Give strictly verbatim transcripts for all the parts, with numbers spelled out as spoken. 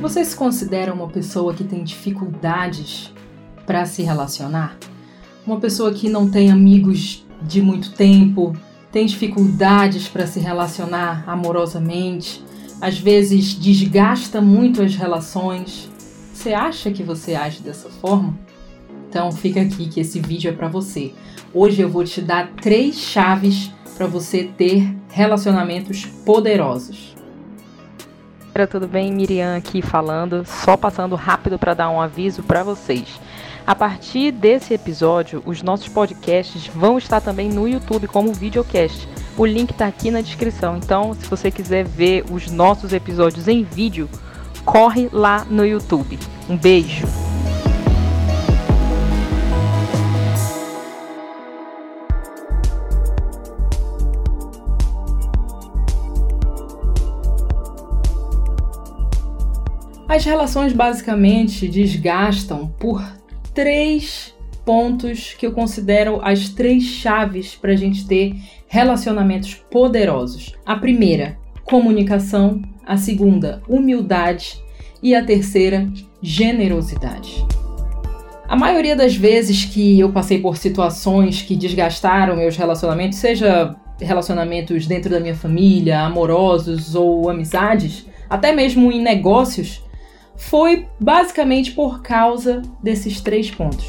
Você se considera uma pessoa que tem dificuldades para se relacionar? Uma pessoa que não tem amigos de muito tempo, tem dificuldades para se relacionar amorosamente, às vezes desgasta muito as relações. Você acha que você age dessa forma? Então fica aqui que esse vídeo é para você. Hoje eu vou te dar três chaves para você ter relacionamentos poderosos. Tudo bem? Miriam aqui falando, só passando rápido para dar um aviso para vocês. A partir desse episódio, os nossos podcasts vão estar também no YouTube como videocast. O link está aqui na descrição, então se você quiser ver os nossos episódios em vídeo, corre lá no YouTube. Um beijo! As relações basicamente desgastam por três pontos que eu considero as três chaves para a gente ter relacionamentos poderosos. A primeira, comunicação. A segunda, humildade. E a terceira, generosidade. A maioria das vezes que eu passei por situações que desgastaram meus relacionamentos, seja relacionamentos dentro da minha família, amorosos ou amizades, até mesmo em negócios, foi basicamente por causa desses três pontos.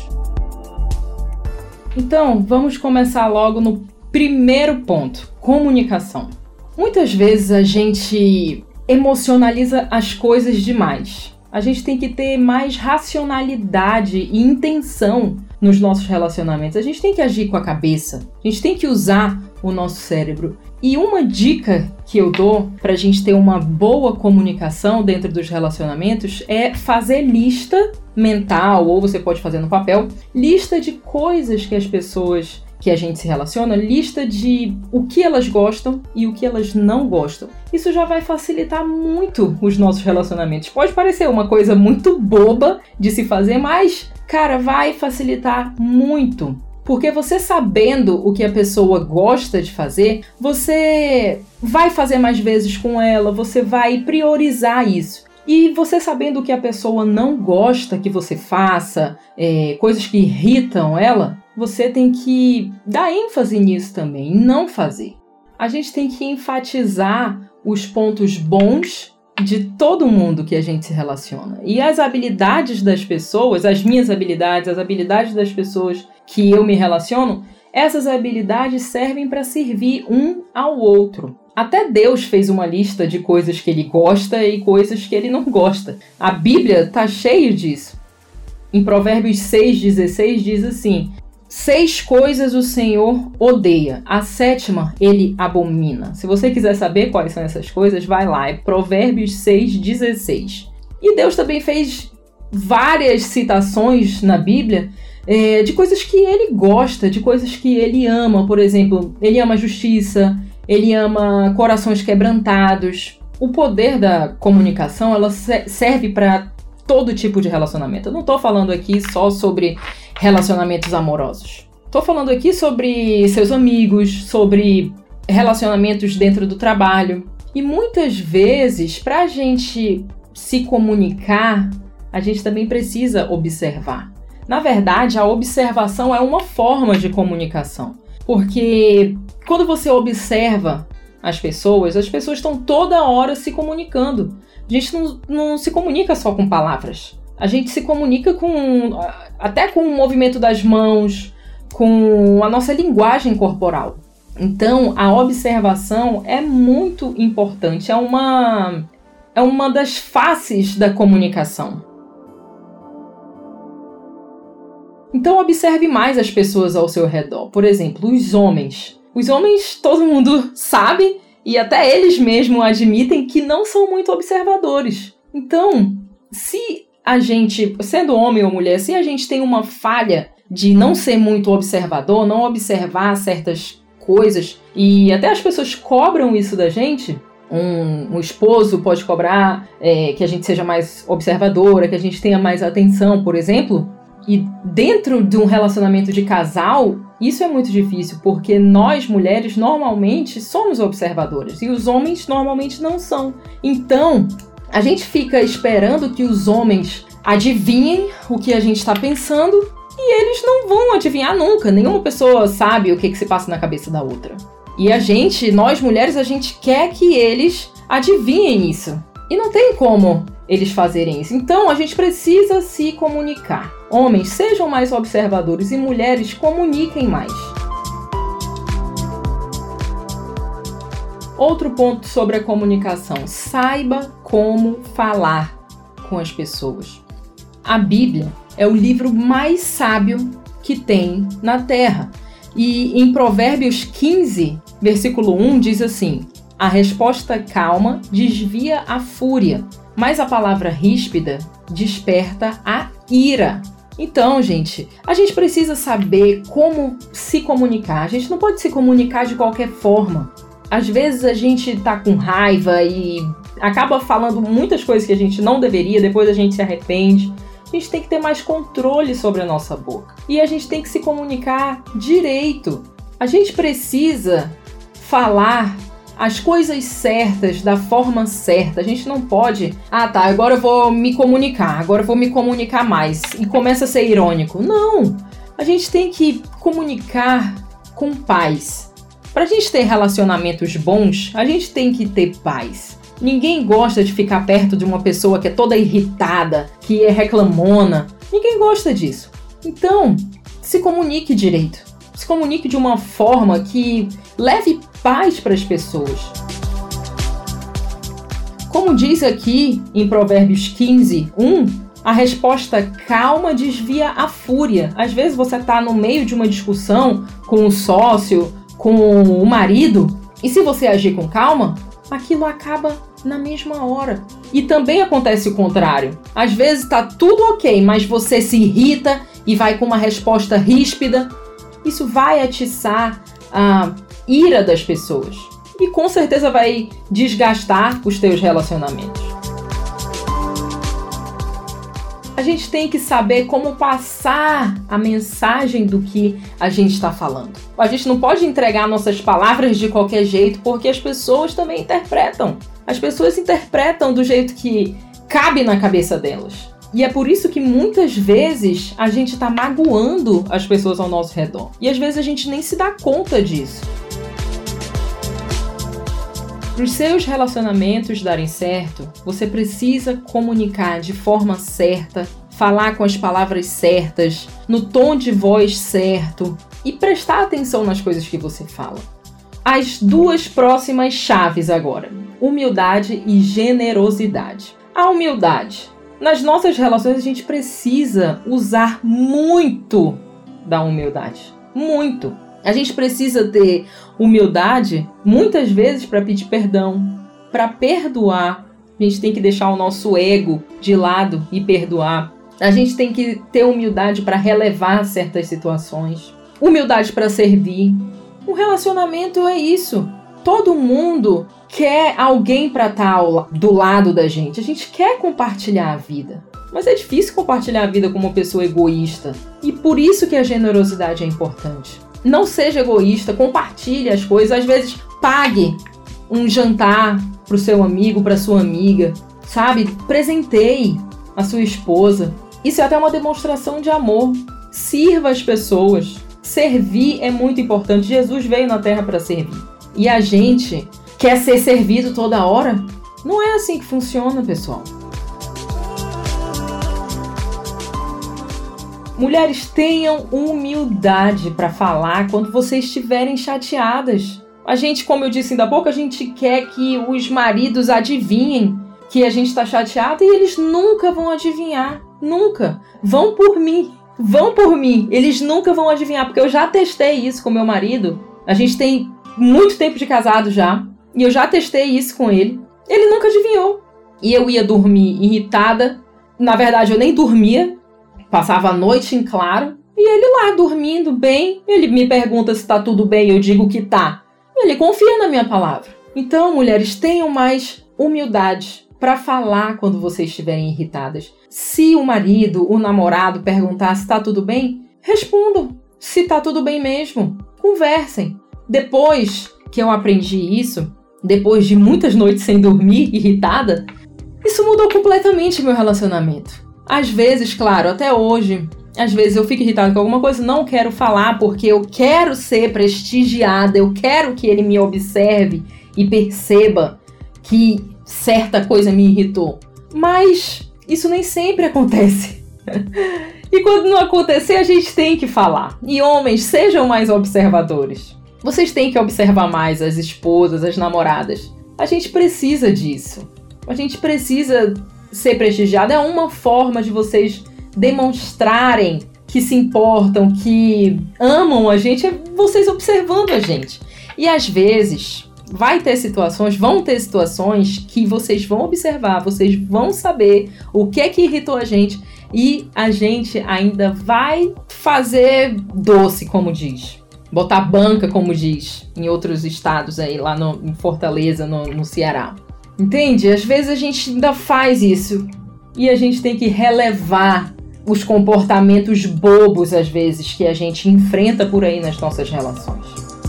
Então, vamos começar logo no primeiro ponto, comunicação. Muitas vezes a gente emocionaliza as coisas demais. A gente tem que ter mais racionalidade e intenção nos nossos relacionamentos. A gente tem que agir com a cabeça. A gente tem que usar o nosso cérebro. E uma dica que eu dou para a gente ter uma boa comunicação dentro dos relacionamentos é fazer lista mental, ou você pode fazer no papel, lista de coisas que as pessoas que a gente se relaciona, lista de o que elas gostam e o que elas não gostam. Isso já vai facilitar muito os nossos relacionamentos. Pode parecer uma coisa muito boba de se fazer, mas, cara, vai facilitar muito. Porque você sabendo o que a pessoa gosta de fazer, você vai fazer mais vezes com ela, você vai priorizar isso. E você sabendo o que a pessoa não gosta que você faça, é, coisas que irritam ela, você tem que dar ênfase nisso também, e não fazer. A gente tem que enfatizar os pontos bons de todo mundo que a gente se relaciona. E as habilidades das pessoas, as minhas habilidades, as habilidades das pessoas que eu me relaciono, essas habilidades servem para servir um ao outro. Até Deus fez uma lista de coisas que ele gosta e coisas que ele não gosta. A Bíblia está cheia disso. Em Provérbios seis, dezesseis diz assim: seis coisas o Senhor odeia, a sétima ele abomina. Se você quiser saber quais são essas coisas, vai lá, é Provérbios seis, dezesseis. E Deus também fez várias citações na Bíblia é, de coisas que ele gosta, de coisas que ele ama. Por exemplo, ele ama a justiça, ele ama corações quebrantados. O poder da comunicação, ela serve para todo tipo de relacionamento. Eu não estou falando aqui só sobre relacionamentos amorosos. Estou falando aqui sobre seus amigos, sobre relacionamentos dentro do trabalho. E muitas vezes, para a gente se comunicar, a gente também precisa observar. Na verdade, a observação é uma forma de comunicação. Porque quando você observa as pessoas, as pessoas estão toda hora se comunicando. A gente não, não se comunica só com palavras. A gente se comunica com, até com o movimento das mãos, com a nossa linguagem corporal. Então, a observação é muito importante. É uma, é uma das faces da comunicação. Então, observe mais as pessoas ao seu redor. Por exemplo, os homens. Os homens, todo mundo sabe, e até eles mesmos admitem que não são muito observadores. Então, se a gente, sendo homem ou mulher, se a gente tem uma falha de não ser muito observador, não observar certas coisas, e até as pessoas cobram isso da gente, um, um esposo pode cobrar é, que a gente seja mais observadora, que a gente tenha mais atenção, por exemplo. E dentro de um relacionamento de casal, isso é muito difícil, porque nós, mulheres, normalmente somos observadoras, e os homens normalmente não são. Então, A gente fica esperando que os homens adivinhem o que a gente está pensando e eles não vão adivinhar nunca. Nenhuma pessoa sabe o que, que se passa na cabeça da outra. E a gente, nós mulheres, a gente quer que eles adivinhem isso. E não tem como eles fazerem isso. Então, a gente precisa se comunicar. Homens, sejam mais observadores e mulheres, comuniquem mais. Outro ponto sobre a comunicação. Saiba como falar com as pessoas. A Bíblia é o livro mais sábio que tem na Terra. E em Provérbios quinze, versículo um, diz assim: a resposta calma desvia a fúria, mas a palavra ríspida desperta a ira. Então, gente, a gente precisa saber como se comunicar. A gente não pode se comunicar de qualquer forma. Às vezes a gente tá com raiva e acaba falando muitas coisas que a gente não deveria, depois a gente se arrepende. A gente tem que ter mais controle sobre a nossa boca. E a gente tem que se comunicar direito. A gente precisa falar as coisas certas, da forma certa. A gente não pode, ah tá, agora eu vou me comunicar, agora eu vou me comunicar mais. E começa a ser irônico. Não! A gente tem que comunicar com paz. Para a gente ter relacionamentos bons, a gente tem que ter paz. Ninguém gosta de ficar perto de uma pessoa que é toda irritada, que é reclamona. Ninguém gosta disso. Então, se comunique direito. Se comunique de uma forma que leve paz para as pessoas. Como diz aqui em Provérbios quinze, um, a resposta calma desvia a fúria. Às vezes você está no meio de uma discussão com o sócio, com o marido, e se você agir com calma, aquilo acaba na mesma hora. E também acontece o contrário. Às vezes está tudo ok, mas você se irrita e vai com uma resposta ríspida. Isso vai atiçar a ira das pessoas e com certeza vai desgastar os teus relacionamentos. A gente tem que saber como passar a mensagem do que a gente está falando. A gente não pode entregar nossas palavras de qualquer jeito, porque as pessoas também interpretam. As pessoas interpretam do jeito que cabe na cabeça delas. E é por isso que muitas vezes a gente está magoando as pessoas ao nosso redor. E às vezes a gente nem se dá conta disso. Para os seus relacionamentos darem certo, você precisa comunicar de forma certa, falar com as palavras certas, no tom de voz certo e prestar atenção nas coisas que você fala. As duas próximas chaves agora: humildade e generosidade. A humildade. Nas nossas relações a gente precisa usar muito da humildade. Muito. A gente precisa ter humildade muitas vezes para pedir perdão, para perdoar. A gente tem que deixar o nosso ego de lado e perdoar. A gente tem que ter humildade para relevar certas situações. Humildade para servir. Um relacionamento é isso. Todo mundo quer alguém para estar do lado da gente. A gente quer compartilhar a vida. Mas é difícil compartilhar a vida com uma pessoa egoísta. E por isso que a generosidade é importante. Não seja egoísta, compartilhe as coisas. Às vezes, pague um jantar para o seu amigo, para sua amiga, sabe? Presenteie a sua esposa. Isso é até uma demonstração de amor. Sirva as pessoas. Servir é muito importante. Jesus veio na Terra para servir. E a gente quer ser servido toda hora? Não é assim que funciona, pessoal. Mulheres, tenham humildade para falar quando vocês estiverem chateadas. A gente, como eu disse ainda há pouco, a gente quer que os maridos adivinhem que a gente está chateada e eles nunca vão adivinhar. Nunca. Vão por mim. Vão por mim. Eles nunca vão adivinhar, porque eu já testei isso com meu marido. A gente tem muito tempo de casado já. E eu já testei isso com ele. Ele nunca adivinhou. E eu ia dormir irritada. Na verdade, eu nem dormia. Passava a noite em claro. E ele lá, dormindo bem. Ele me pergunta se tá tudo bem. Eu digo que tá. Ele confia na minha palavra. Então, mulheres, tenham mais humildade para falar quando vocês estiverem irritadas. Se o marido, o namorado perguntar se tá tudo bem, respondam. Se tá tudo bem mesmo, conversem. Depois que eu aprendi isso, depois de muitas noites sem dormir, irritada, isso mudou completamente meu relacionamento. Às vezes, claro, até hoje, às vezes eu fico irritada com alguma coisa, não quero falar porque eu quero ser prestigiada, eu quero que ele me observe e perceba que certa coisa me irritou. Mas isso nem sempre acontece. E quando não acontecer, a gente tem que falar. E homens, sejam mais observadores. Vocês têm que observar mais as esposas, as namoradas. A gente precisa disso. A gente precisa ser prestigiado. É uma forma de vocês demonstrarem que se importam, que amam a gente, é vocês observando a gente. E às vezes, vai ter situações, vão ter situações que vocês vão observar, vocês vão saber o que é que irritou a gente e a gente ainda vai fazer doce, como diz. Botar banca, como diz em outros estados aí, lá no, em Fortaleza, no, no Ceará. Entende? Às vezes a gente ainda faz isso e a gente tem que relevar os comportamentos bobos, às vezes, que a gente enfrenta por aí nas nossas relações.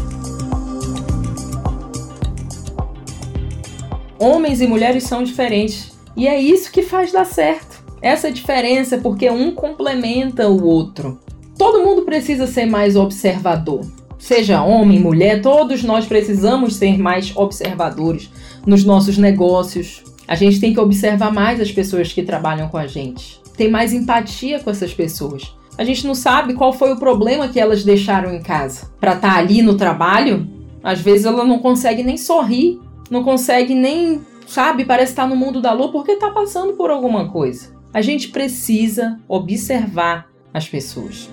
Homens e mulheres são diferentes e é isso que faz dar certo. Essa diferença é porque um complementa o outro. Todo mundo precisa ser mais observador. Seja homem, mulher, todos nós precisamos ser mais observadores nos nossos negócios. A gente tem que observar mais as pessoas que trabalham com a gente. Ter mais empatia com essas pessoas. A gente não sabe qual foi o problema que elas deixaram em casa. Para estar ali no trabalho, às vezes ela não consegue nem sorrir, não consegue nem, sabe, parece estar no mundo da lua porque está passando por alguma coisa. A gente precisa observar as pessoas.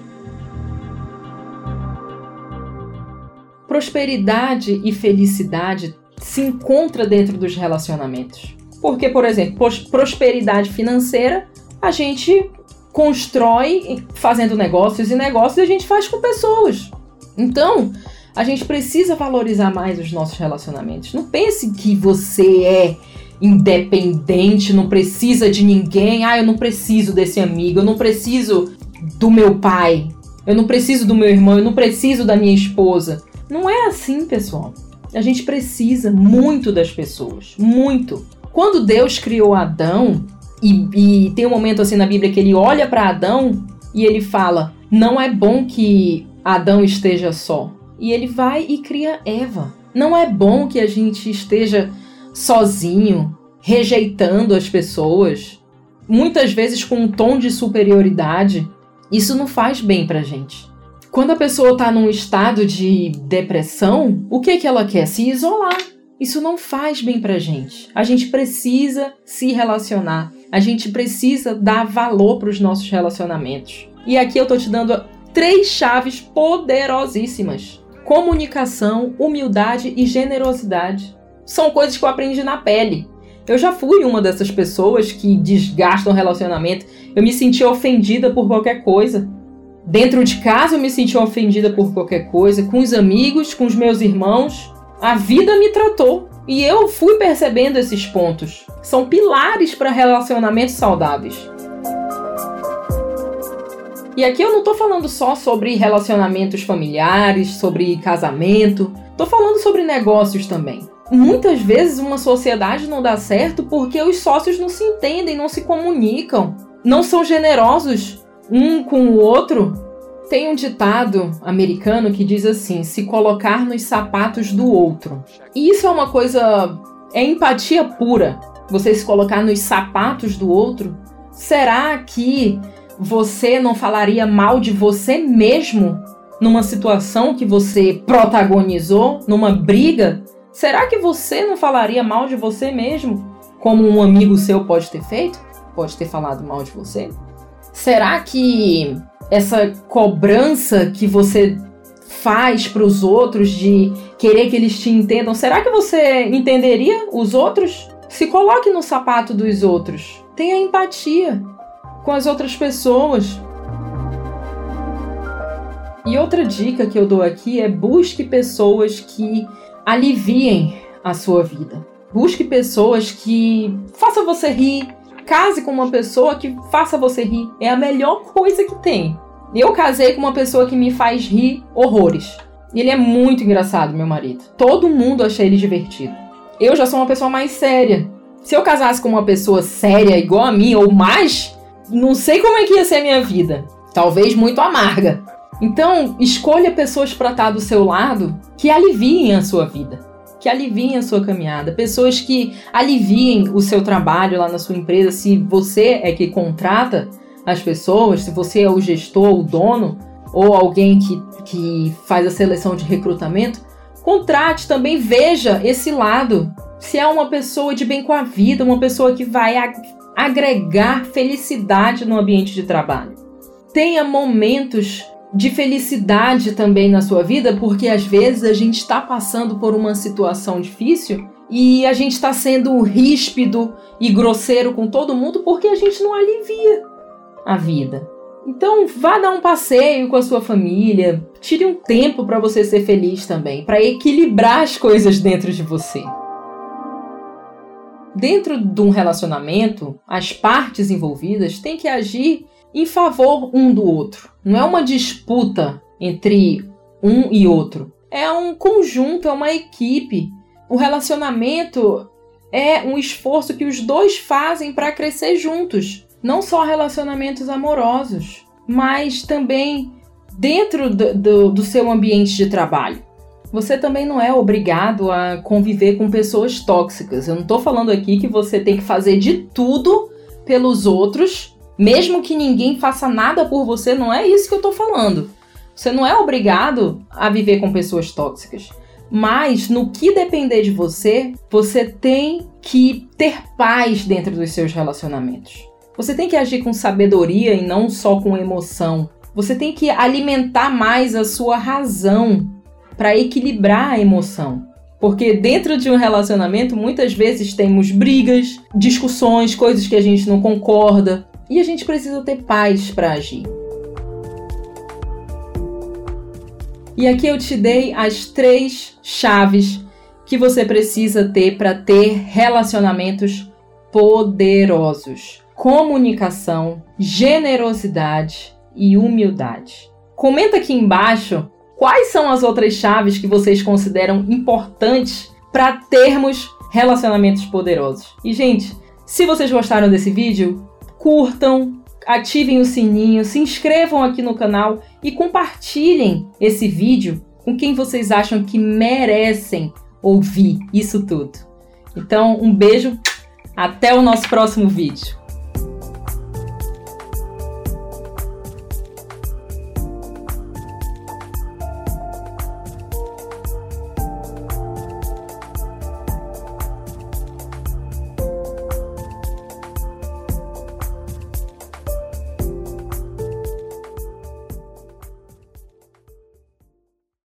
Prosperidade e felicidade se encontram dentro dos relacionamentos. Porque, por exemplo, prosperidade financeira a gente constrói fazendo negócios e negócios a gente faz com pessoas. Então, a gente precisa valorizar mais os nossos relacionamentos. Não pense que você é independente, não precisa de ninguém. Ah, eu não preciso desse amigo, eu não preciso do meu pai, eu não preciso do meu irmão, eu não preciso da minha esposa. Não é assim, pessoal. A gente precisa muito das pessoas, muito. Quando Deus criou Adão, e, e tem um momento assim na Bíblia que ele olha para Adão e ele fala, não é bom que Adão esteja só. E ele vai e cria Eva. Não é bom que a gente esteja sozinho, rejeitando as pessoas, muitas vezes com um tom de superioridade. Isso não faz bem pra gente. Quando a pessoa está num estado de depressão, o que que ela quer? Se isolar. Isso não faz bem pra gente. A gente precisa se relacionar. A gente precisa dar valor para os nossos relacionamentos. E aqui eu tô te dando três chaves poderosíssimas. Comunicação, humildade e generosidade. São coisas que eu aprendi na pele. Eu já fui uma dessas pessoas que desgastam o relacionamento. Eu me senti ofendida por qualquer coisa. Dentro de casa eu me senti ofendida por qualquer coisa. Com os amigos, com os meus irmãos. A vida me tratou. E eu fui percebendo esses pontos. São pilares para relacionamentos saudáveis. E aqui eu não tô falando só sobre relacionamentos familiares, sobre casamento. Tô falando sobre negócios também. Muitas vezes uma sociedade não dá certo porque os sócios não se entendem, não se comunicam, não são generosos um com o outro. Tem um ditado americano que diz assim, se colocar nos sapatos do outro. E isso é uma coisa, é empatia pura. Você se colocar nos sapatos do outro. Será que você não falaria mal de você mesmo numa situação que você protagonizou, numa briga? Será que você não falaria mal de você mesmo, como um amigo seu pode ter feito? Pode ter falado mal de você? Será que essa cobrança que você faz para os outros de querer que eles te entendam, será que você entenderia os outros? Se coloque no sapato dos outros. Tenha empatia com as outras pessoas. E outra dica que eu dou aqui é busque pessoas que aliviem a sua vida. Busque pessoas que façam você rir. Case com uma pessoa que faça você rir. É a melhor coisa que tem. Eu casei com uma pessoa que me faz rir horrores. Ele é muito engraçado, meu marido. Todo mundo acha ele divertido. Eu já sou uma pessoa mais séria. Se eu casasse com uma pessoa séria igual a mim ou mais, não sei como é que ia ser a minha vida. Talvez muito amarga. Então, escolha pessoas para estar do seu lado que aliviem a sua vida, que aliviem a sua caminhada. Pessoas que aliviem o seu trabalho lá na sua empresa. Se você é que contrata as pessoas, se você é o gestor, o dono, ou alguém que, que faz a seleção de recrutamento, contrate também, veja esse lado. Se é uma pessoa de bem com a vida, uma pessoa que vai agregar felicidade no ambiente de trabalho. Tenha momentos de felicidade também na sua vida, porque às vezes a gente está passando por uma situação difícil e a gente está sendo ríspido e grosseiro com todo mundo porque a gente não alivia a vida. Então vá dar um passeio com a sua família, tire um tempo para você ser feliz também, para equilibrar as coisas dentro de você. Dentro de um relacionamento, as partes envolvidas têm que agir em favor um do outro. Não é uma disputa entre um e outro. É um conjunto, é uma equipe. O relacionamento é um esforço que os dois fazem para crescer juntos. Não só relacionamentos amorosos, mas também dentro do, do, do seu ambiente de trabalho. Você também não é obrigado a conviver com pessoas tóxicas. Eu não estou falando aqui que você tem que fazer de tudo pelos outros, mesmo que ninguém faça nada por você. Não é isso que eu estou falando. Você não é obrigado a viver com pessoas tóxicas. Mas, no que depender de você, você tem que ter paz dentro dos seus relacionamentos. Você tem que agir com sabedoria e não só com emoção. Você tem que alimentar mais a sua razão para equilibrar a emoção. Porque dentro de um relacionamento, muitas vezes temos brigas, discussões, coisas que a gente não concorda. E a gente precisa ter paz para agir. E aqui eu te dei as três chaves que você precisa ter para ter relacionamentos poderosos: comunicação, generosidade e humildade. Comenta aqui embaixo quais são as outras chaves que vocês consideram importantes para termos relacionamentos poderosos. E, gente, se vocês gostaram desse vídeo, curtam, ativem o sininho, se inscrevam aqui no canal e compartilhem esse vídeo com quem vocês acham que merecem ouvir isso tudo. Então, um beijo, até o nosso próximo vídeo.